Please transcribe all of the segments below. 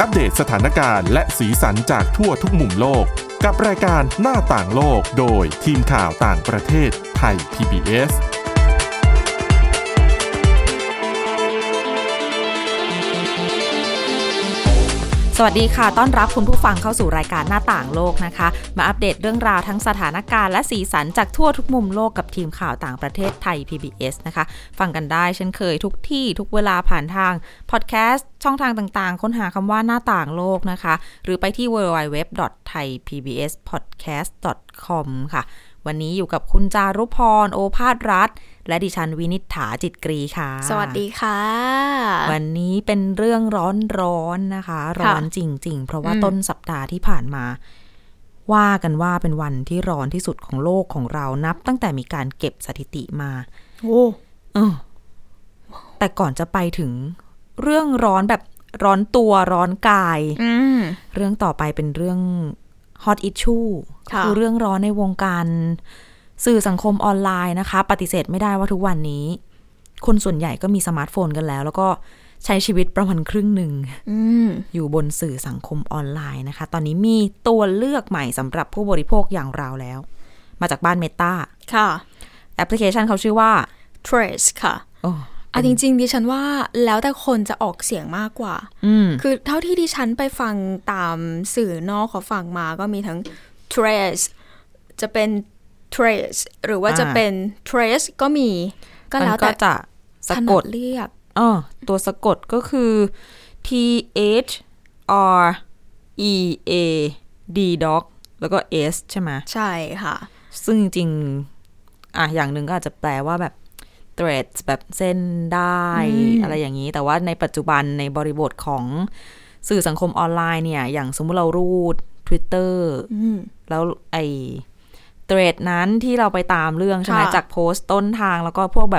อัปเดตสถานการณ์และสีสันจากทั่วทุกมุมโลกกับรายการหน้าต่างโลกโดยทีมข่าวต่างประเทศไทย PBS สวัสดีค่ะต้อนรับคุณผู้ฟังเข้าสู่รายการหน้าต่างโลกนะคะมาอัปเดตเรื่องราวทั้งสถานการณ์และสีสันจากทั่วทุกมุมโลกกับทีมข่าวต่างประเทศไทย PBS นะคะฟังกันได้เช่นเคยทุกที่ทุกเวลาผ่านทางพอดแคสต์ช่องทางต่างๆค้นหาคำว่าหน้าต่างโลกนะคะหรือไปที่ www.thaipbspodcast.com ค่ะวันนี้อยู่กับคุณจารุพรโอภาสรัตน์และดิฉันวินิษฐาจิตกรีค่ะสวัสดีค่ะวันนี้เป็นเรื่องร้อนนะคะร้อนจริงๆเพราะว่าต้นสัปดาห์ที่ผ่านมาว่ากันว่าเป็นวันที่ร้อนที่สุดของโลกของเรานับตั้งแต่มีการเก็บสถิติมาโอ้แต่ก่อนจะไปถึงเรื่องร้อนแบบร้อนตัวร้อนกายเรื่องต่อไปเป็นเรื่องhot issue คือเรื่องร้อนในวงการสื่อสังคมออนไลน์นะคะปฏิเสธไม่ได้ว่าทุกวันนี้คนส่วนใหญ่ก็มีสมาร์ทโฟนกันแล้วก็ใช้ชีวิตประมาณครึ่งหนึ่งอยู่บนสื่อสังคมออนไลน์นะคะตอนนี้มีตัวเลือกใหม่สำหรับผู้บริโภคอย่างเราแล้วมาจากบ้าน Meta ค่ะแอปพลิเคชันเขาชื่อว่า Threads ค่ะจริงๆดิฉันว่าแล้วแต่คนจะออกเสียงมากกว่าคือเท่าที่ดิฉันไปฟังตามสื่อนอกเขาฟังมาก็มีทั้ง Threads จะเป็น Threads หรือว่าจะเป็น Threads ก็มีก็แล้วแต่จะสะกดเรียกตัวสะกดก็คือ THREAD dog แล้วก็ S ใช่ไหมใช่ค่ะซึ่งจริงๆอย่างหนึ่งก็อาจจะแปลว่าแบบthreads แบบเส้นได้อะไรอย่างนี้แต่ว่าในปัจจุบันในบริบทของสื่อสังคมออนไลน์เนี่ยอย่างสมมุติเรารูด Twitter แล้วไอ้ thread นั้นที่เราไปตามเรื่องใช่ไหมจากโพสต์ต้นทางแล้วก็พวกแบบ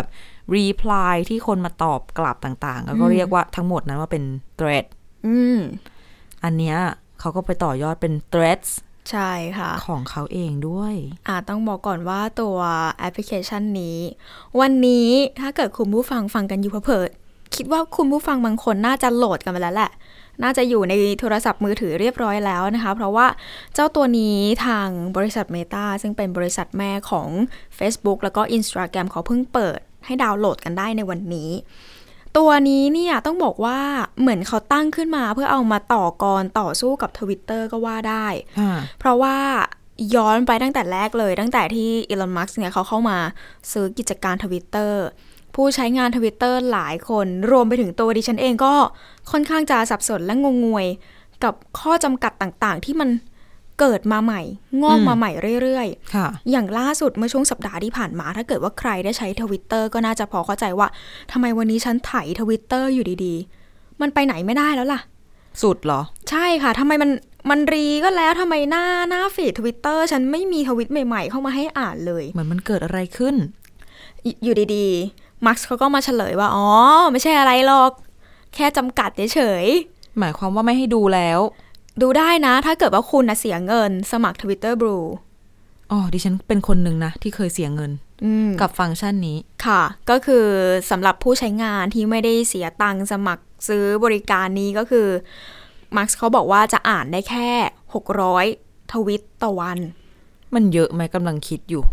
reply ที่คนมาตอบกลับต่างๆแล้วก็เรียกว่าทั้งหมดนั้นว่าเป็น thread อันเนี้ยเขาก็ไปต่อยอดเป็น threads ใช่ค่ะของเขาเองด้วยต้องบอกก่อนว่าตัวแอปพลิเคชันนี้วันนี้ถ้าเกิดคุณผู้ฟังฟังกันอยู่เผลอๆคิดว่าคุณผู้ฟังบางคนน่าจะโหลดกันไปแล้วแหละน่าจะอยู่ในโทรศัพท์มือถือเรียบร้อยแล้วนะคะเพราะว่าเจ้าตัวนี้ทางบริษัท Meta ซึ่งเป็นบริษัทแม่ของ Facebook แล้วก็ Instagram เขาเพิ่งเปิดให้ดาวน์โหลดกันได้ในวันนี้ตัวนี้เนี่ยต้องบอกว่าเหมือนเขาตั้งขึ้นมาเพื่อเอามาต่อสู้กับ Twitter ก็ว่าได้เพราะว่าย้อนไปตั้งแต่แรกเลยตั้งแต่ที่อีลอน มัสก์เนี่ยเขาเข้ามาซื้อกิจการ Twitter ผู้ใช้งาน Twitter หลายคนรวมไปถึงตัวดิฉันเองก็ค่อนข้างจะสับสนและงงงวยกับข้อจำกัดต่างๆที่มันเกิดมาใหม่งอกมาใหม่เรื่อยๆอย่างล่าสุดเมื่อช่วงสัปดาห์ที่ผ่านมาถ้าเกิดว่าใครได้ใช้ Twitter ก็น่าจะพอเข้าใจว่าทำไมวันนี้ฉันไถ Twitter อยู่ดีๆมันไปไหนไม่ได้แล้วล่ะสุดเหรอใช่ค่ะทำไมมันรีก็แล้วทำไมหน้าฟีด Twitter ฉันไม่มีทวิตใหม่ๆเข้ามาให้อ่านเลยเหมือนมันเกิดอะไรขึ้นอยู่ดีๆมาร์คเขาก็มาเฉลยว่าไม่ใช่อะไรหรอกแค่จำกัดเฉยๆหมายความว่าไม่ให้ดูแล้วดูได้นะถ้าเกิดว่าคุณเสียเงินสมัคร Twitter Blue ดิฉันเป็นคนหนึ่งนะที่เคยเสียเงินกับฟังก์ชันนี้ค่ะก็คือสำหรับผู้ใช้งานที่ไม่ได้เสียตังค์สมัครซื้อบริการนี้ก็คือมาร์คเขาบอกว่าจะอ่านได้แค่600ทวิตต่อวันมันเยอะไหมกำลังคิดอยู่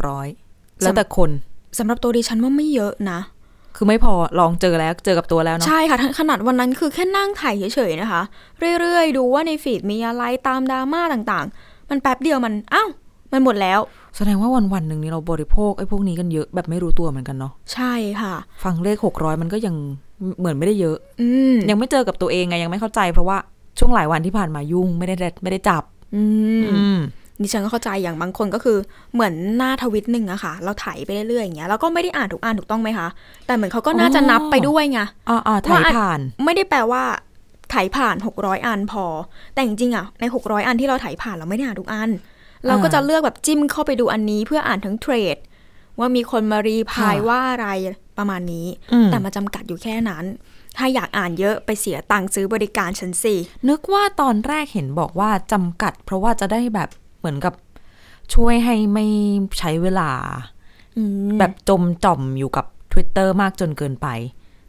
600แล้วแต่คนสำหรับตัวดิฉันว่าไม่เยอะนะคือไม่พอลองเจอกับตัวแล้วเนาะใช่ค่ะขนาดวันนั้นคือแค่นั่งถ่ายเฉยๆนะคะเรื่อยๆดูว่าในฟีดมีอะไรตามดราม่าต่างๆมันแป๊บเดียวมันหมดแล้วแสดงว่าวันๆนึงนี้เราบริโภคไอ้พวกนี้กันเยอะแบบไม่รู้ตัวเหมือนกันเนาะใช่ค่ะฟังเลข600มันก็ยังเหมือนไม่ได้เยอะยังไม่เจอกับตัวเองไงยังไม่เข้าใจเพราะว่าช่วงหลายวันที่ผ่านมายุ่งไม่ได้จับดิฉันก็เข้าใจอย่างบางคนก็คือเหมือนหน้าทวิตนึงอะค่ะเราถ่ายไปเรื่อยๆอย่างเงี้ยแล้วก็ไม่ได้อ่านทุกอันถูกต้องไหมคะแต่เหมือนเขาก็น่าจะนับไปด้วยไงถ่ายผ่านไม่ได้แปลว่าถ่ายผ่าน600อันพอแต่จริงๆอะใน600อันที่เราถ่ายผ่านเราไม่ได้อ่านทุกอันเราก็จะเลือกแบบจิ้มเข้าไปดูอันนี้เพื่ออ่านทั้งเทรดว่ามีคนมารีพลายว่าอะไรประมาณนี้แต่มาจำกัดอยู่แค่นั้นถ้าอยากอ่านเยอะไปเสียตังค์ซื้อบริการฉันสินึกว่าตอนแรกเห็นบอกว่าจำกัดเพราะว่าจะได้แบบเหมือนกับช่วยให้ไม่ใช้เวลาแบบจมจ่อมอยู่กับ Twitter มากจนเกินไป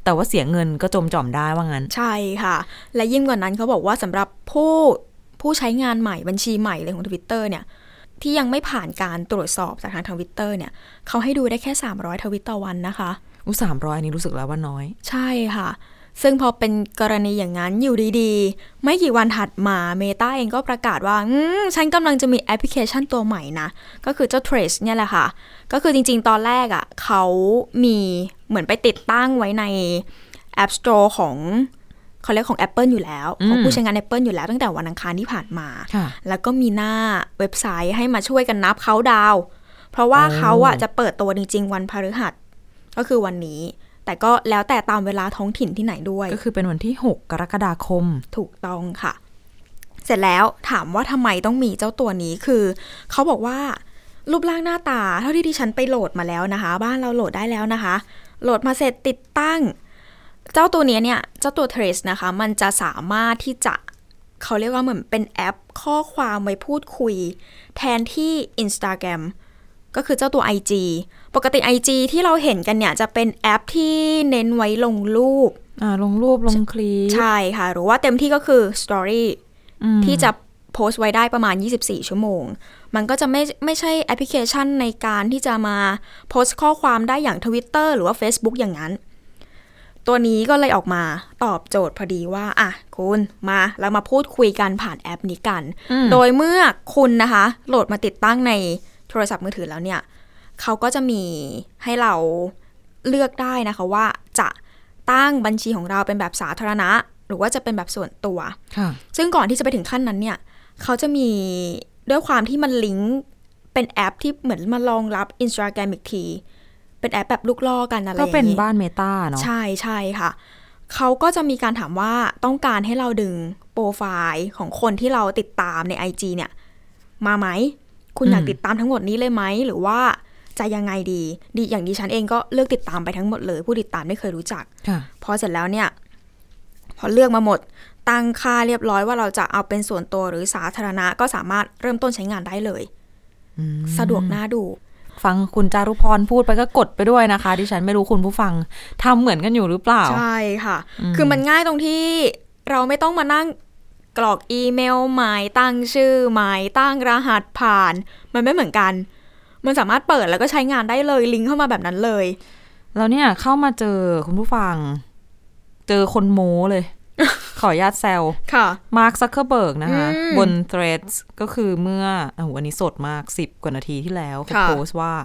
แต่ว่าเสียเงินก็จมจ่อมได้ว่างั้นใช่ค่ะและยิ่งกว่านั้นเขาบอกว่าสำหรับผู้ใช้งานใหม่บัญชีใหม่เลยของ Twitter เนี่ยที่ยังไม่ผ่านการตรวจสอบจากทาง Twitter เนี่ยเขาให้ดูได้แค่300ทวีตต่อวันนะคะ 300อันนี้รู้สึกแล้วว่าน้อยใช่ค่ะซึ่งพอเป็นกรณีอย่างนั้นอยู่ดีๆไม่กี่วันถัดมา Meta เองก็ประกาศว่าฉันกำลังจะมีแอปพลิเคชันตัวใหม่นะก็คือเจ้า Threads เนี่ยแหละค่ะก็คือจริงๆตอนแรกอ่ะเขามีเหมือนไปติดตั้งไว้ใน App Store ของเขาเรียกของ Apple อยู่แล้วของผู้ใช้งาน Apple อยู่แล้วตั้งแต่วันอังคารที่ผ่านมาแล้วก็มีหน้าเว็บไซต์ให้มาช่วยกันนับเค้าดาวเพราะว่าเขาอ่ะจะเปิดตัวจริงๆวันพฤหัสก็คือวันนี้แต่ก็แล้วแต่ตามเวลาท้องถิ่นที่ไหนด้วยก็คือเป็นวันที่6กรกฎาคมถูกต้องค่ะเสร็จแล้วถามว่าทำไมต้องมีเจ้าตัวนี้คือเขาบอกว่ารูปร่างหน้าตาเท่าที่ดิฉันไปโหลดมาแล้วนะคะบ้านเราโหลดได้แล้วนะคะโหลดมาเสร็จติดตั้งเจ้าตัวนี้เนี่ยเจ้าตัว Threads นะคะมันจะสามารถที่จะเขาเรียกว่าเหมือนเป็นแอปข้อความไว้พูดคุยแทนที่ Instagramก็คือเจ้าตัว IG ปกติ IG ที่เราเห็นกันเนี่ยจะเป็นแอปที่เน้นไว้ลงรูปลงคลิปใช่ค่ะหรือว่าเต็มที่ก็คือ Story ที่จะโพสต์ไว้ได้ประมาณ24ชั่วโมงมันก็จะไม่ใช่แอปพลิเคชันในการที่จะมาโพสต์ข้อความได้อย่าง Twitter หรือว่า Facebook อย่างนั้นตัวนี้ก็เลยออกมาตอบโจทย์พอดีว่าคุณมาเรามาพูดคุยกันผ่านแอปนี้กันโดยเมื่อคุณนะคะโหลดมาติดตั้งในโทรศัพท์มือถือแล้วเนี่ยเขาก็จะมีให้เราเลือกได้นะคะว่าจะตั้งบัญชีของเราเป็นแบบสาธารณะหรือว่าจะเป็นแบบส่วนตัวซึ่งก่อนที่จะไปถึงขั้นนั้นเนี่ยเขาจะมีด้วยความที่มันลิงก์เป็นแอปที่เหมือนมารองรับ Instagram อีกทีเป็นแอปแบบลูกล่อกันอะไรอย่างนี้ก็เป็นบ้าน Meta เนาะใช่ค่ะเขาก็จะมีการถามว่าต้องการให้เราดึงโปรไฟล์ของคนที่เราติดตามใน IG เนี่ยมาไหมคุณอยากติดตามทั้งหมดนี้เลยไหมหรือว่าจะยังไงดีอย่างดิฉันเองก็เลือกติดตามไปทั้งหมดเลยผู้ติดตามไม่เคยรู้จักพอเสร็จแล้วเนี่ยพอเลือกมาหมดตั้งค่าเรียบร้อยว่าเราจะเอาเป็นส่วนตัวหรือสาธารณะก็สามารถเริ่มต้นใช้งานได้เลยสะดวกน่าดูฟังคุณจารุพรพูดไปก็กดไปด้วยนะคะดิฉันไม่รู้คุณผู้ฟังทำเหมือนกันอยู่หรือเปล่าใช่ค่ะคือมันง่ายตรงที่เราไม่ต้องมานั่งกรอกอีเมลหมายตั้งชื่อหมายตั้งรหัสผ่านมันไม่เหมือนกันมันสามารถเปิดแล้วก็ใช้งานได้เลยลิงก์เข้ามาแบบนั้นเลยแล้วเนี่ยเข้ามาเจอคุณผู้ฟังเจอคนโม้เลย ขออนุญาตแซวมาร์ค ซักเคอร์เบิร์กนะคะบน Threads ก็คือเมื่อวันนี้สดมาก10กว่านาทีที่แล้วเขาโพสต์ว่า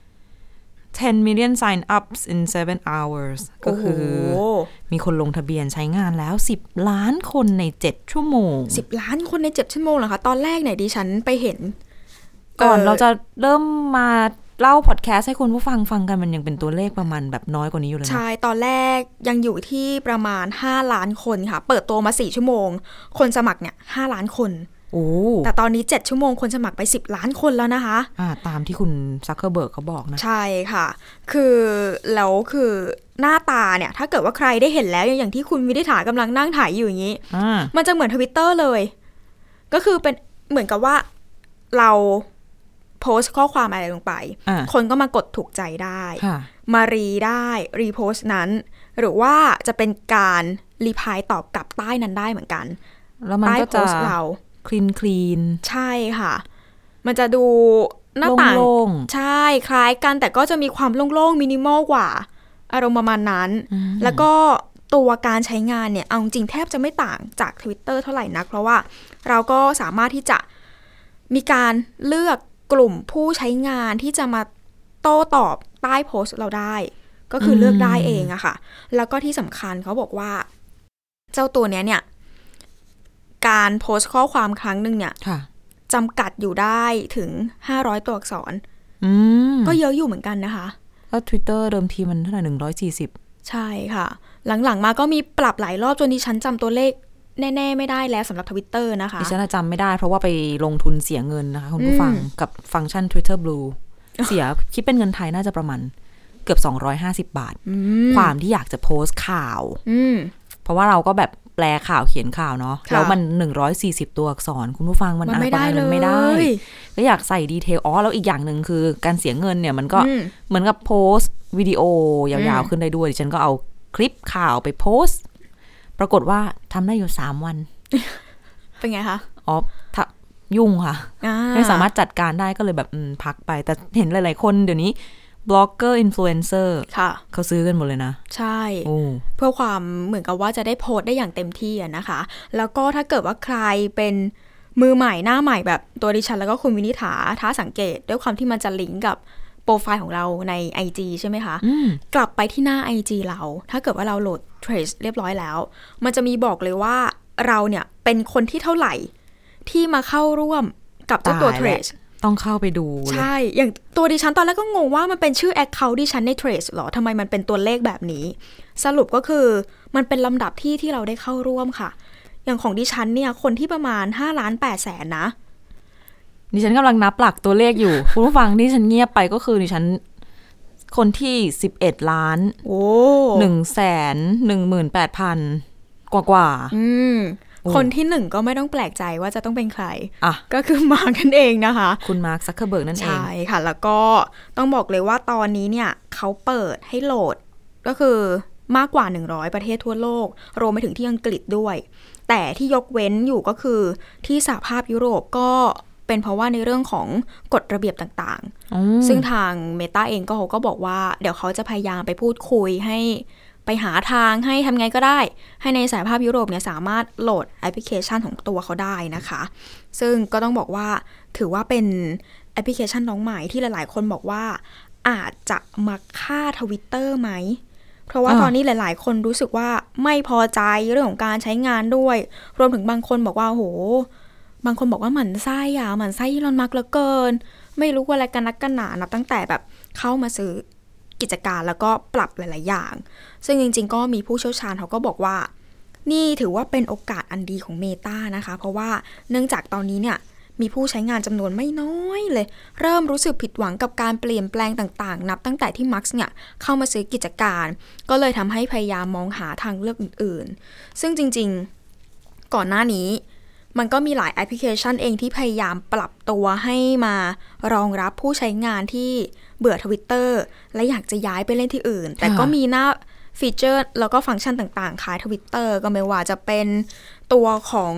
10 million sign ups in 7 hours ก็คือมีคนลงทะเบียนใช้งานแล้ว10ล้านคนใน7ชั่วโมง 10ล้านคนใน7ชั่วโมงเหรอคะตอนแรกเนี่ยดิฉันไปเห็นก่อนเราจะเริ่มมาเล่าพอดแคสต์ให้คุณผู้ฟังฟังกันมันยังเป็นตัวเลขประมาณแบบน้อยกว่านี้อยู่เลยนะใช่ตอนแรกยังอยู่ที่ประมาณ5ล้านคนค่ะเปิดตัวมา4ชั่วโมงคนสมัครเนี่ย5ล้านคนแต่ตอนนี้7ชั่วโมงคนสมัครไป10ล้านคนแล้วนะคะตามที่คุณซักเคอร์เบิร์กเขาบอกนะใช่ค่ะคือแล้วคือหน้าตาเนี่ยถ้าเกิดว่าใครได้เห็นแล้วอย่างที่คุณวินิษฐากำลังนั่งถ่ายอยู่อย่างนี้มันจะเหมือน Twitter เลยก็คือเป็นเหมือนกับว่าเราโพสต์ข้อความอะไรลงไปคนก็มากดถูกใจได้มารีโพสต์นั้นหรือว่าจะเป็นการรีพลายตอบกลับใต้นั้นได้เหมือนกันแล้วมันก็จะคลีนใช่ค่ะมันจะดูหน้าต่างใช่คล้ายกันแต่ก็จะมีความโล่งๆมินิมอลกว่าอารมณ์ประมาณนั้นแล้วก็ตัวการใช้งานเนี่ยเอาจริงแทบจะไม่ต่างจาก Twitter เท่าไหร่นักเพราะว่าเราก็สามารถที่จะมีการเลือกกลุ่มผู้ใช้งานที่จะมาโต้ตอบใต้โพสต์เราได้ก็คือเลือกได้เองอะค่ะแล้วก็ที่สำคัญเขาบอกว่าเจ้าตัวเนี้ยเนี่ยการโพสต์ข้อความครั้งนึงเนี่ยจำกัดอยู่ได้ถึง500ตัวอักษรก็เยอะอยู่เหมือนกันนะคะแล้ว Twitter เดิมทีมันเท่าไหร่140 ใช่ค่ะหลังๆมาก็มีปรับหลายรอบจนดิฉันจำตัวเลขแน่ๆไม่ได้แล้วสำหรับ Twitter นะคะดิฉันจำไม่ได้เพราะว่าไปลงทุนเสียเงินนะคะคุณผู้ฟังกับฟังก์ชัน Twitter Blue เสียคิดเป็นเงินไทยน่าจะประมาณเกือบ250 บาทความที่อยากจะโพสต์ข่าวเพราะว่าเราก็แบบแปลข่าวเขียนข่าวเนาะแล้วมัน140ตัวอักษรคุณผู้ฟังมันไม่ได้เลยไม่ได้ก็อยากใส่ดีเทลแล้วอีกอย่างนึงคือการเสียเงินเนี่ยมันก็เหมือนกับโพสต์วิดีโอยาวๆขึ้นได้ด้วยดิฉันก็เอาคลิปข่าวไปโพสต์ปรากฏว่าทำได้อยู่3 วันเป็นไงคะอ๋อยุ่งค่ะไม่สามารถจัดการได้ก็เลยแบบพักไปแต่เห็นหลายๆคนเดี๋ยวนี้บล็อกเกอร์อินฟลูเอนเซอร์เขาซื้อกันหมดเลยนะใช่เพื่อความเหมือนกับว่าจะได้โพสต์ได้อย่างเต็มที่นะคะแล้วก็ถ้าเกิดว่าใครเป็นมือใหม่หน้าใหม่แบบตัวดิฉันแล้วก็คุณวินิฐาถ้าสังเกตด้วยความที่มันจะลิงก์กับโปรไฟล์ของเราใน IG ใช่ไหมคะกลับไปที่หน้า IG เราถ้าเกิดว่าเราโหลด Trace เรียบร้อยแล้วมันจะมีบอกเลยว่าเราเนี่ยเป็นคนที่เท่าไหร่ที่มาเข้าร่วมกับเจ้าตัว Trace ต้องเข้าไปดูใช่อย่างตัวดิฉันตอนแรกก็งงว่ามันเป็นชื่อ Account ดิฉันใน Trace หรอทำไมมันเป็นตัวเลขแบบนี้สรุปก็คือมันเป็นลำดับที่เราได้เข้าร่วมค่ะอย่างของดิฉันเนี่ยคนที่ประมาณ5,800,000นะดิฉันกำลังนับหลักตัวเลขอยู่ คุณผู้ฟังที่ฉันเงียบไปก็คือดิฉันคนที่11 ล้านโอ้ 118,000 กว่าคนที่1ก็ไม่ต้องแปลกใจว่าจะต้องเป็นใครก็คือมาร์คนั่นเองนะคะคุณมาร์ค ซักเคอร์เบิร์กนั่นเองใช่ค่ะแล้วก็ต้องบอกเลยว่าตอนนี้เนี่ยเขาเปิดให้โหลดก็คือมากกว่า100ประเทศทั่วโลกรวมไปถึงที่อังกฤษด้วยแต่ที่ยกเว้นอยู่ก็คือที่สหภาพยุโรปก็เป็นเพราะว่าในเรื่องของกฎระเบียบต่างๆซึ่งทาง Meta เองก็บอกว่าเดี๋ยวเขาจะพยายามไปพูดคุยให้ไปหาทางให้ทำไงก็ได้ให้ในสหภาพยุโรปเนี่ยสามารถโหลดแอปพลิเคชันของตัวเขาได้นะคะซึ่งก็ต้องบอกว่าถือว่าเป็นแอปพลิเคชันน้องใหม่ที่หลายๆคนบอกว่าอาจจะมาฆ่า Twitter ไหมเพราะว่าตอนนี้หลายๆคนรู้สึกว่าไม่พอใจเรื่องของการใช้งานด้วยรวมถึงบางคนบอกว่าโหบางคนบอกว่าหมั่นไส้หมั่นไส้อีลอนมัสก์เหลือเกินไม่รู้ว่าอะไรกันนักกันหนานับตั้งแต่แบบเข้ามาซื้อกิจการแล้วก็ปรับหลายๆอย่างซึ่งจริงๆก็มีผู้เชี่ยวชาญเขาก็บอกว่านี่ถือว่าเป็นโอกาสอันดีของ Meta นะคะเพราะว่าเนื่องจากตอนนี้เนี่ยมีผู้ใช้งานจำนวนไม่น้อยเลยเริ่มรู้สึกผิดหวังกับการเปลี่ยนแปลงต่างๆนับตั้งแต่ที่มาร์คเนี่ยเข้ามาซื้อกิจการก็เลยทำให้พยายามมองหาทางเลือกอื่นๆซึ่งจริงๆก่อนหน้านี้มันก็มีหลายแอปพลิเคชันเองที่พยายามปรับตัวให้มารองรับผู้ใช้งานที่เบื่อ Twitter และอยากจะย้ายไปเล่นที่อื่นแต่ก็มีหน้าฟีเจอร์แล้วก็ฟังก์ชันต่างๆคล้าย Twitter ก็ไม่ว่าจะเป็นตัวของ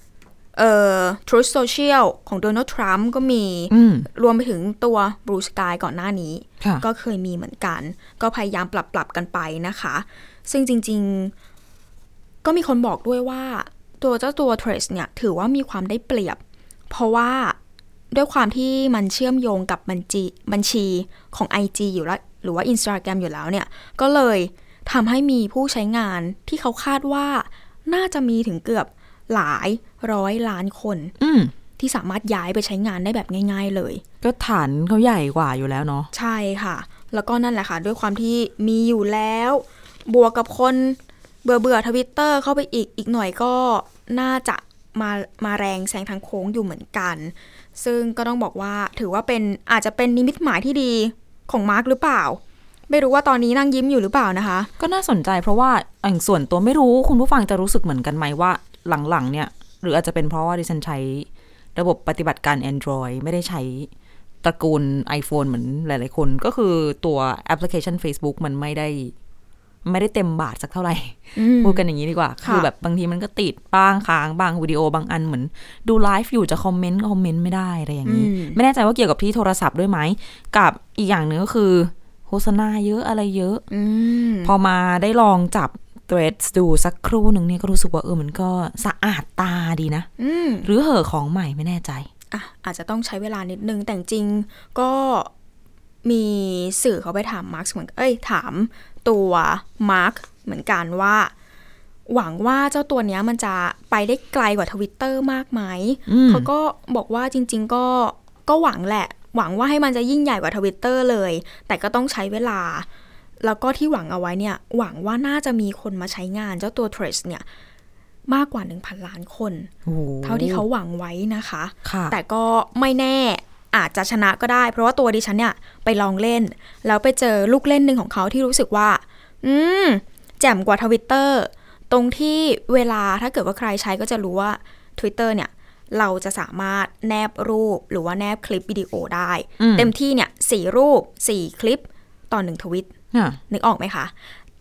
Truth Social ของโดนัลด์ทรัมป์ก็มีรวมไปถึงตัว Blue Sky ก่อนหน้านี้ก็เคยมีเหมือนกันก็พยายามปรับกันไปนะคะซึ่งจริงๆก็มีคนบอกด้วยว่าตัว Trace เนี่ยถือว่ามีความได้เปรียบเพราะว่าด้วยความที่มันเชื่อมโยงกับบัญชีของ IG อยู่แล้วหรือว่า Instagram อยู่แล้วเนี่ยก็เลยทำให้มีผู้ใช้งานที่เขาคาดว่าน่าจะมีถึงเกือบหลาย100 ล้านคนที่สามารถย้ายไปใช้งานได้แบบง่ายๆเลยก็ฐานเขาใหญ่กว่าอยู่แล้วเนาะใช่ค่ะแล้วก็นั่นแหละค่ะด้วยความที่มีอยู่แล้วบวกกับคนเบื่อ Twitter เข้าไปอีกหน่อยก็น่าจะมาแรงแซงทางโค้งอยู่เหมือนกันซึ่งก็ต้องบอกว่าถือว่าเป็นอาจจะเป็นนิมิตหมายที่ดีของมาร์คหรือเปล่าไม่รู้ว่าตอนนี้นั่งยิ้มอยู่หรือเปล่านะคะก็น่าสนใจเพราะว่าส่วนตัวไม่รู้คุณผู้ฟังจะรู้สึกเหมือนกันไหมว่าหลังๆเนี่ยหรืออาจจะเป็นเพราะว่าดิฉันใช้ระบบปฏิบัติการ Android ไม่ได้ใช้ตระกูล iPhone เหมือนหลายๆคนก็คือตัวแอปพลิเคชัน Facebook มันไม่ได้เต็มบาทสักเท่าไหร่พูดกันอย่างนี้ดีกว่าคือแบบบางทีมันก็ติดบ้างค้างบางวิดีโอบางอันเหมือนดูไลฟ์อยู่จะคอมเมนต์ไม่ได้อะไรอย่างนี้ไม่แน่ใจว่าเกี่ยวกับที่โทรศัพท์ด้วยไหมกับอีกอย่างหนึ่งก็คือโฆษณาเยอะอะไรเยอะพอมาได้ลองจับ Threads ดูสักครู่หนึ่งเนี่ยก็รู้สึกว่ามันก็สะอาดตาดีนะหรือเหอะของใหม่ไม่แน่ใจอาจจะต้องใช้เวลานิดนึงแต่จริงก็มีสื่อเขาไปถามมาร์คเหมือนถามตัวมาร์คเหมือนกันว่าหวังว่าเจ้าตัวเนี้ยมันจะไปได้ไกลกว่า Twitter มากไหมเขาก็บอกว่าจริงๆก็หวังแหละหวังว่าให้มันจะยิ่งใหญ่กว่า Twitter เลยแต่ก็ต้องใช้เวลาแล้วก็ที่หวังเอาไว้เนี่ยหวังว่าน่าจะมีคนมาใช้งานเจ้าตัว Threads เนี่ยมากกว่า 1,000 ล้านคนเท่าที่เขาหวังไว้นะคะแต่ก็ไม่แน่อาจจะชนะก็ได้เพราะว่าตัวดิฉันเนี่ยไปลองเล่นแล้วไปเจอลูกเล่นหนึ่งของเขาที่รู้สึกว่าแจ่มกว่า Twitter ตรงที่เวลาถ้าเกิดว่าใครใช้ก็จะรู้ว่า Twitter เนี่ยเราจะสามารถแนบรูปหรือว่าแนบคลิปวิดีโอได้เต็มที่เนี่ย4 รูป 4 คลิปต่อ1ทวิตนึกออกไหมคะ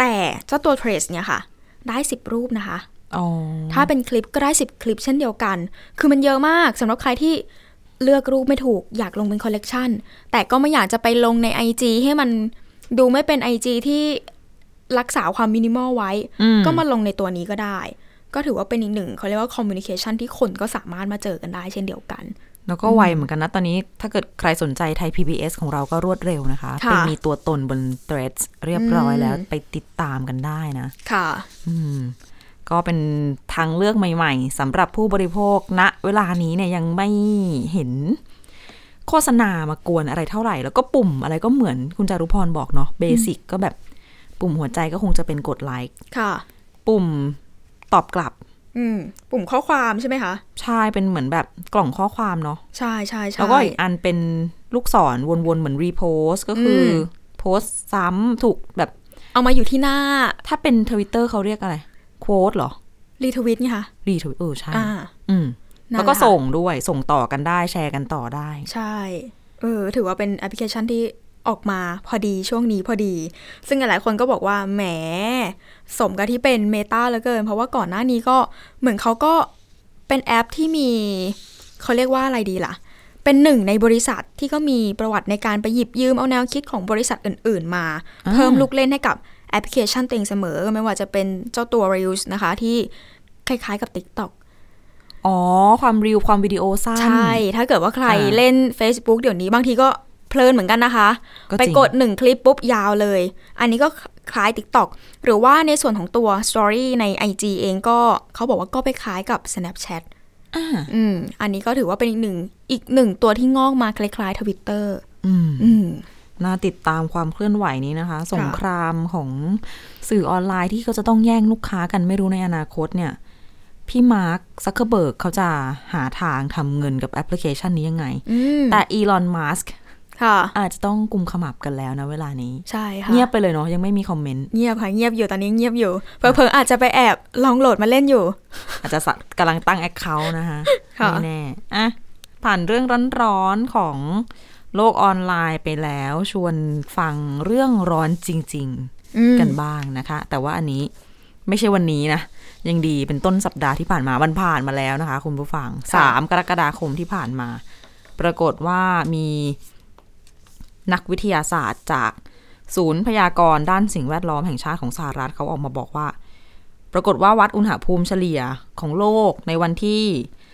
แต่เจ้าตัว Trace เนี่ยค่ะได้10รูปนะคะอ๋อถ้าเป็นคลิปก็ได้10คลิปเช่นเดียวกันคือมันเยอะมากสำหรับใครที่เลือกรูปไม่ถูกอยากลงเป็นคอลเลกชันแต่ก็ไม่อยากจะไปลงใน IG ให้มันดูไม่เป็น IG ที่รักษาความมินิมอลไว้ก็มาลงในตัวนี้ก็ได้ก็ถือว่าเป็นอีกหนึ่งเขาเรียกว่าคอมมิวนิเคชันที่คนก็สามารถมาเจอกันได้เช่นเดียวกันแล้วก็ไวเหมือนกันนะตอนนี้ถ้าเกิดใครสนใจไทย PBS ของเราก็รวดเร็วนะคะเป็นมีตัวตนบน Threads เรียบร้อยแล้วไปติดตามกันได้นะค่ะก็เป็นทางเลือกใหม่ๆสำหรับผู้บริโภคณเวลานี้เนี่ยยังไม่เห็นโฆษณามากวนอะไรเท่าไหร่แล้วก็ปุ่มอะไรก็เหมือนคุณจารุพรบอกเนาะเบสิกก็แบบปุ่มหัวใจก็คงจะเป็นกดไลค์ค่ะปุ่มตอบกลับปุ่มข้อความใช่ไหมคะใช่เป็นเหมือนแบบกล่องข้อความเนาะใช่ใช่ใช่แล้วก็อีกอันเป็นลูกศรวนๆเหมือนรีโพสก็คือโพสซ้ำถูกแบบเอามาอยู่ที่หน้าถ้าเป็น Twitter เขาเรียกอะไรโค้ดเหรอรีทวิตไงคะรีทวิตใช่แล้วก็ส่งด้วยส่งต่อกันได้แชร์กันต่อได้ใช่ถือว่าเป็นแอปพลิเคชันที่ออกมาพอดีช่วงนี้พอดีซึ่งหลายคนก็บอกว่าแหมสมกับที่เป็นเมตาเหลือเกินเพราะว่าก่อนหน้านี้ก็เหมือนเขาก็เป็นแอปที่มีเขาเรียกว่าอะไรดีล่ะเป็นหนึ่งในบริษัทที่ก็มีประวัติในการไปหยิบยืมเอาแนวคิดของบริษัทอื่นๆมาเพิ่มลูกเล่นให้กับแอปพลิเคชันตัวเองเสมอไม่ว่าจะเป็นเจ้าตัว Reels นะคะที่คล้ายๆกับ TikTok อ๋อความรีลความวิดีโอสั้นใช่ถ้าเกิดว่าใครเล่น Facebook เดี๋ยวนี้บางทีก็เพลินเหมือนกันนะคะไปกด1คลิปปุ๊บยาวเลยอันนี้ก็คล้าย TikTok หรือว่าในส่วนของตัว Story ใน IG เองก็เขาบอกว่าก็ไปคล้ายกับ Snapchat อันนี้ก็ถือว่าเป็นอีกหนึ่งตัวที่งอกมาคล้ายๆ Twitter น่าติดตามความเคลื่อนไหวนี้นะคะสงครามของสื่อออนไลน์ที่เขาจะต้องแย่งลูกค้ากันไม่รู้ในอนาคตเนี่ยพี่มาร์ค ซักเคอร์เบิร์กเขาจะหาทางทำเงินกับแอปพลิเคชันนี้ยังไงแต่อีลอน มัสก์อาจจะต้องกุมขมับกันแล้วนะเวลานี้ใช่ค่ะเงียบไปเลยเนาะยังไม่มีคอมเมนต์เงียบค่ะเงียบอยู่ตอนนี้เงียบอยู่เผลอๆอาจจะไปแอบลองโหลดมาเล่นอยู่อาจจะกำลังตั้งแอคเคาท์นะคะไม่แน่อ่ะผ่านเรื่องร้อนๆของโลกออนไลน์ไปแล้วชวนฟังเรื่องร้อนจริงๆกันบ้างนะคะแต่ว่าอันนี้ไม่ใช่วันนี้นะยังดีเป็นต้นสัปดาห์ที่ผ่านมาวันผ่านมาแล้วนะคะคุณผู้ฟัง3กรกฎาคมที่ผ่านมาปรากฏว่ามีนักวิทยาศาสตร์จากศูนย์พยากรณ์ด้านสิ่งแวดล้อมแห่งชาติของสหรัฐเขาออกมาบอกว่าปรากฏว่าวัดอุณหภูมิเฉลี่ยของโลกในวันที่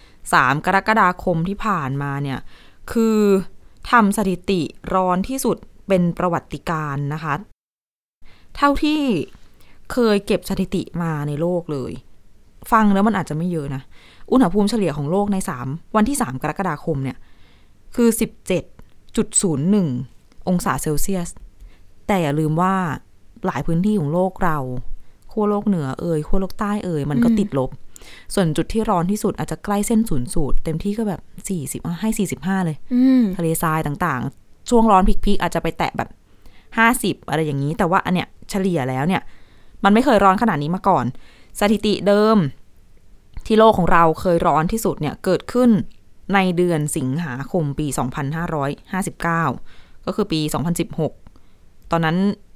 3กรกฎาคมที่ผ่านมาเนี่ยคือทำสถิติร้อนที่สุดเป็นประวัติการณ์นะคะเท่าที่เคยเก็บสถิติมาในโลกเลยฟังแล้วมันอาจจะไม่เยอะนะอุณหภูมิเฉลี่ยของโลกในวันที่3กรกฎาคมเนี่ยคือ 17.01 องศาเซลเซียสแต่อย่าลืมว่าหลายพื้นที่ของโลกเราขั้วโลกเหนือขั้วโลกใต้มันก็ติดลบส่วนจุดที่ร้อนที่สุดอาจจะใกล้เส้นศูนย์สูตรเต็มที่ก็แบบ40ให้45เลยทะเลทรายต่างๆช่วงร้อนพีคๆอาจจะไปแตะแบบ50อะไรอย่างนี้แต่ว่าอันเนี้ยเฉลี่ยแล้วเนี่ยมันไม่เคยร้อนขนาดนี้มาก่อนสถิติเดิมที่โลกของเราเคยร้อนที่สุดเนี่ยเกิดขึ้นในเดือนสิงหาคมปี2559ก็คือปี2016ตอนนั้น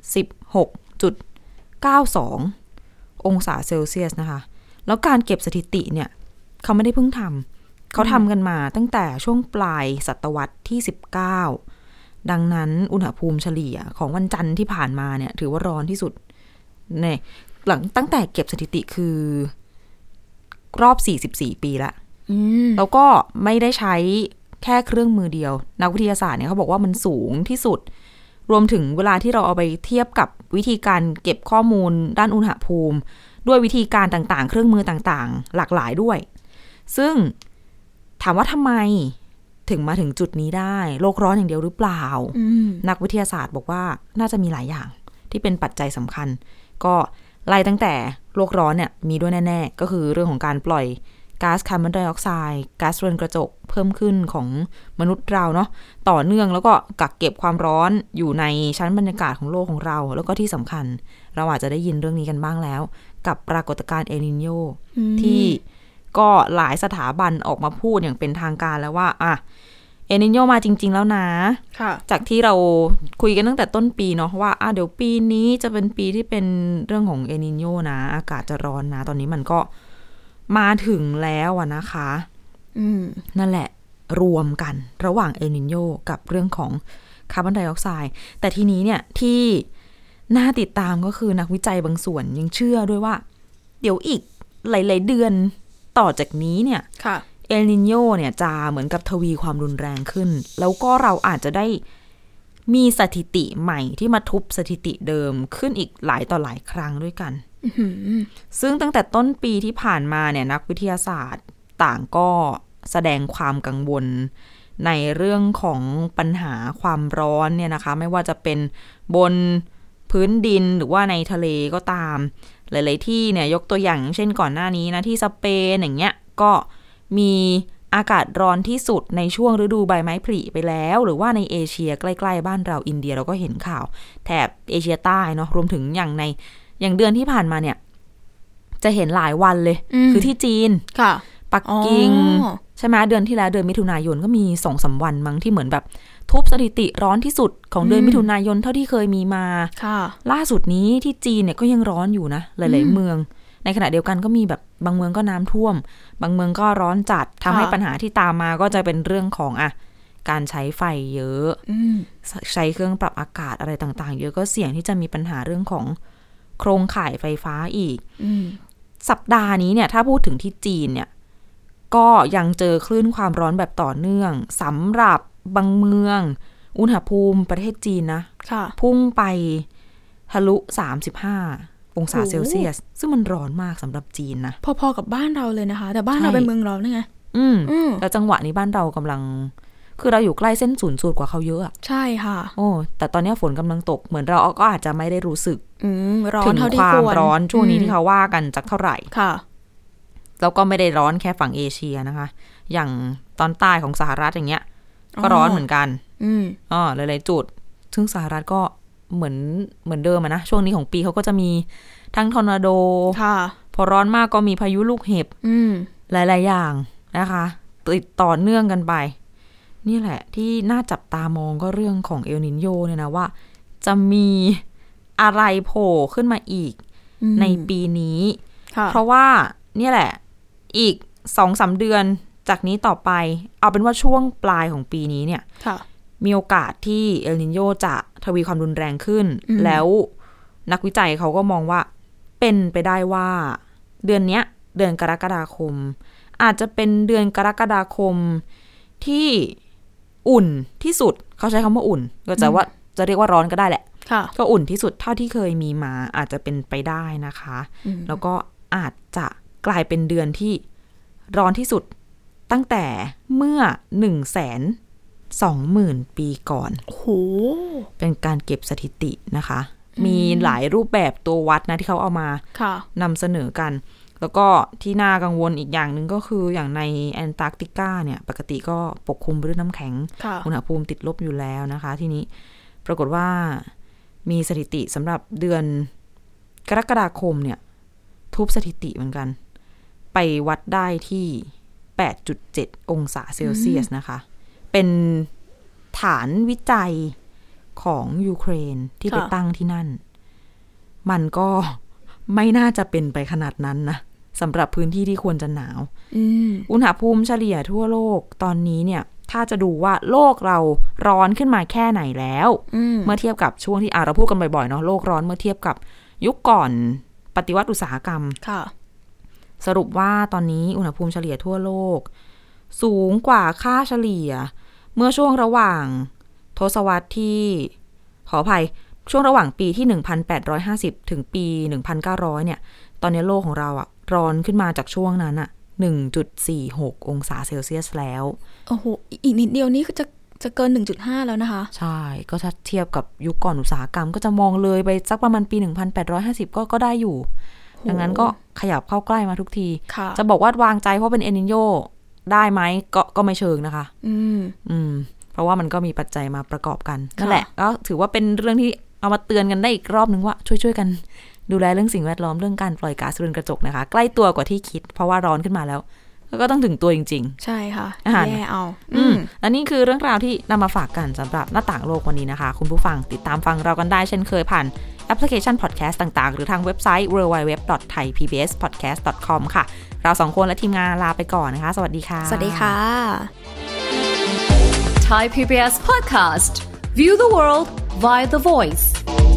16.92 องศาเซลเซียสนะคะแล้วการเก็บสถิติเนี่ยเขาไม่ได้เพิ่งทำเขาทำกันมาตั้งแต่ช่วงปลายศตวรรษที่19ดังนั้นอุณหภูมิเฉลี่ยของวันจันทร์ที่ผ่านมาเนี่ยถือว่าร้อนที่สุดเนี่ยหลังตั้งแต่เก็บสถิติคือรอบ44ปีละแล้วก็ไม่ได้ใช้แค่เครื่องมือเดียวนักวิทยาศาสตร์เนี่ยเขาบอกว่ามันสูงที่สุดรวมถึงเวลาที่เราเอาไปเทียบกับวิธีการเก็บข้อมูลด้านอุณหภูมิด้วยวิธีการต่างๆเครื่องมือต่างๆหลากหลายด้วยซึ่งถามว่าทำไมถึงมาถึงจุดนี้ได้โลกร้อนอย่างเดียวหรือเปล่านักวิทยาศาสตร์บอกว่าน่าจะมีหลายอย่างที่เป็นปัจจัยสำคัญก็ไล่ตั้งแต่โลกร้อนเนี่ยมีด้วยแน่ๆก็คือเรื่องของการปล่อยก๊าซคาร์บอนไดออกไซด์ก๊าซเรือนกระจกเพิ่มขึ้นของมนุษย์เราเนาะต่อเนื่องแล้วก็กักเก็บความร้อนอยู่ในชั้นบรรยากาศของโลกของเราแล้วก็ที่สำคัญเราอาจจะได้ยินเรื่องนี้กันบ้างแล้วกับปรากฏการณ์เอลนิโญที่ก็หลายสถาบันออกมาพูดอย่างเป็นทางการแล้วว่าเอลนิโญมาจริงๆแล้วนะจากที่เราคุยกันตั้งแต่ต้นปีเนาะว่าเดี๋ยวปีนี้จะเป็นปีที่เป็นเรื่องของเอลนิโญนะอากาศจะร้อนนะตอนนี้มันก็มาถึงแล้วนะคะนั่นแหละรวมกันระหว่างเอลนิโญกับเรื่องของคาร์บอนไดออกไซด์แต่ทีนี้เนี่ยที่น่าติดตามก็คือนักวิจัยบางส่วนยังเชื่อด้วยว่าเดี๋ยวอีกหลายๆเดือนต่อจากนี้เนี่ยเอลนิโญเนี่ยจะเหมือนกับทวีความรุนแรงขึ้นแล้วก็เราอาจจะได้มีสถิติใหม่ที่มาทุบสถิติเดิมขึ้นอีกหลายต่อหลายครั้งด้วยกันซึ่งตั้งแต่ต้นปีที่ผ่านมาเนี่ยนักวิทยาศาสตร์ต่างก็แสดงความกังวลในเรื่องของปัญหาความร้อนเนี่ยนะคะไม่ว่าจะเป็นบนพื้นดินหรือว่าในทะเลก็ตามหลายๆที่เนี่ยยกตัวอย่างเช่นก่อนหน้านี้นะที่สเปนอย่างเงี้ยก็มีอากาศร้อนที่สุดในช่วงฤดูใบไม้ผลิไปแล้วหรือว่าในเอเชียใกล้ๆบ้านเราอินเดียเราก็เห็นข่าวแถบเอเชียใต้เนาะรวมถึงอย่างเดือนที่ผ่านมาเนี่ยจะเห็นหลายวันเลยคือที่จีนปักกิ่งใช่ไหมเดือนที่แล้วเดือนมิถุนายนก็มี 2-3 วันมั้งที่เหมือนแบบทุบสถิติร้อนที่สุดของเดือนมิถุนายนเท่าที่เคยมีมาล่าสุดนี้ที่จีนเนี่ยก็ยังร้อนอยู่นะหลายๆเมืองในขณะเดียวกันก็มีแบบบางเมืองก็น้ำท่วมบางเมืองก็ร้อนจัดทำให้ปัญหาที่ตามมาก็จะเป็นเรื่องของการใช้ไฟเยอะใช้เครื่องปรับอากาศอะไรต่างๆเยอะก็เสี่ยงที่จะมีปัญหาเรื่องของโครงข่ายไฟฟ้าอีกสัปดาห์นี้เนี่ยถ้าพูดถึงที่จีนเนี่ยก็ยังเจอคลื่นความร้อนแบบต่อเนื่องสำหรับบางเมืองอุณหภูมิประเทศจีนนะพุ่งไปทะลุ35องศาเซลเซียสซึ่งมันร้อนมากสำหรับจีนนะพอๆกับบ้านเราเลยนะคะแต่บ้านเราเป็นเมืองร้อนไงแล้วจังหวะนี้บ้านเรากำลังคือเราอยู่ใกล้เส้นศูนย์สูตรกว่าเขาเยอะใช่ค่ะแต่ตอนนี้ฝนกำลังตกเหมือนเราก็อาจจะไม่ได้รู้สึกถึงความร้อนช่วงนี้ที่เขาว่ากันจากเท่าไหร่ค่ะแล้วก็ไม่ได้ร้อนแค่ฝั่งเอเชียนะคะอย่างตอนใต้ของสหรัฐอย่างเงี้ยก็ร้อนเหมือนกันหลายๆจุดซึ่งสหรัฐก็เหมือนเดิมนะช่วงนี้ของปีเขาก็จะมีทั้งทอร์นาโดพอร้อนมากก็มีพายุลูกเห็บหลายๆอย่างนะคะติดต่อเนื่องกันไปนี่แหละที่น่าจับตามองก็เรื่องของเอลนิโญเนี่ยนะว่าจะมีอะไรโผล่ขึ้นมาอีกในปีนี้เพราะว่านี่แหละอีก 2-3 เดือนจากนี้ต่อไปเอาเป็นว่าช่วงปลายของปีนี้เนี่ยมีโอกาสที่เอลนิโญจะทวีความรุนแรงขึ้นแล้วนักวิจัยเขาก็มองว่าเป็นไปได้ว่าเดือนนี้เดือนกรกฎาคมอาจจะเป็นเดือนกรกฎาคมที่อุ่นที่สุดเขาใช้คำว่าอุ่นก็จะเรียกว่าร้อนก็ได้แหละก็อุ่นที่สุดเท่าที่เคยมีมาอาจจะเป็นไปได้นะคะแล้วก็อาจจะกลายเป็นเดือนที่ร้อนที่สุดตั้งแต่เมื่อ 120,000 ปีก่อนโอ้โหเป็นการเก็บสถิตินะคะมีหลายรูปแบบตัววัดนะที่เขาเอามานำเสนอกันแล้วก็ที่น่ากังวลอีกอย่างหนึ่งก็คืออย่างในแอนตาร์กติกาเนี่ยปกติก็ปกคลุมไปด้วยน้ำแข็งอุณหภูมิติดลบอยู่แล้วนะคะทีนี้ปรากฏว่ามีสถิติสำหรับเดือนกรกฎาคมเนี่ยทุบสถิติเหมือนกันไปวัดได้ที่ 8.7 องศาเซลเซียสนะคะเป็นฐานวิจัยของยูเครนที่ไปตั้งที่นั่นมันก็ไม่น่าจะเป็นไปขนาดนั้นนะสำหรับพื้นที่ที่ควรจะหนาวอุณหภูมิเฉลี่ยทั่วโลกตอนนี้เนี่ยถ้าจะดูว่าโลกเราร้อนขึ้นมาแค่ไหนแล้วเมื่อเทียบกับช่วงที่เราพูดกันบ่อยๆเนาะโลกร้อนเมื่อเทียบกับยุคก่อนปฏิวัติอุตสาหกรรมสรุปว่าตอนนี้อุณหภูมิเฉลี่ยทั่วโลกสูงกว่าค่าเฉลี่ยเมื่อช่วงระหว่างทศวรรษที่ขออภัยช่วงระหว่างปีที่ 1850 ถึงปี 1900 เนี่ยตอนนี้โลกของเราร้อนขึ้นมาจากช่วงนั้น1.46 องศาเซลเซียสแล้วโอ้โหอีกนิดเดียวนี่คือจะเกิน 1.5 แล้วนะคะใช่ก็ถ้าเทียบกับยุคก่อนอุตสาหกรรมก็จะมองเลยไปสักประมาณปี 1850 ก็ได้อยู่ดังนั้นก็ขยับเข้าใกล้มาทุกทีจะบอกว่าวางใจเพราะเป็นเอลนิโญได้ไหมก็ไม่เชิงนะคะเพราะว่ามันก็มีปัจจัยมาประกอบกันนั่นแหละก็ถือว่าเป็นเรื่องที่เอามาเตือนกันได้อีกรอบนึงว่าช่วยกันดูแลเรื่องสิ่งแวดล้อมเรื่องการปล่อยก๊าซเรือนกระจกนะคะใกล้ตัวกว่าที่คิดเพราะว่าร้อนขึ้นมาแล้วแล้วก็ต้องถึงตัวจริงๆใช่ค่ะแย่เอาและนี่คือเรื่องราวที่นำมาฝากกันสำหรับหน้าต่างโลกวันนี้นะคะคุณผู้ฟังติดตามฟังเรากันได้เช่นเคยผ่านแอปพลิเคชันพอดแคสต์ต่างๆหรือทางเว็บไซต์ www.thaipbspodcast.com ค่ะเรา2คนและทีมงานลาไปก่อนนะคะสวัสดีค่ะสวัสดีค่ะ Thai PBS Podcast View the world via the voice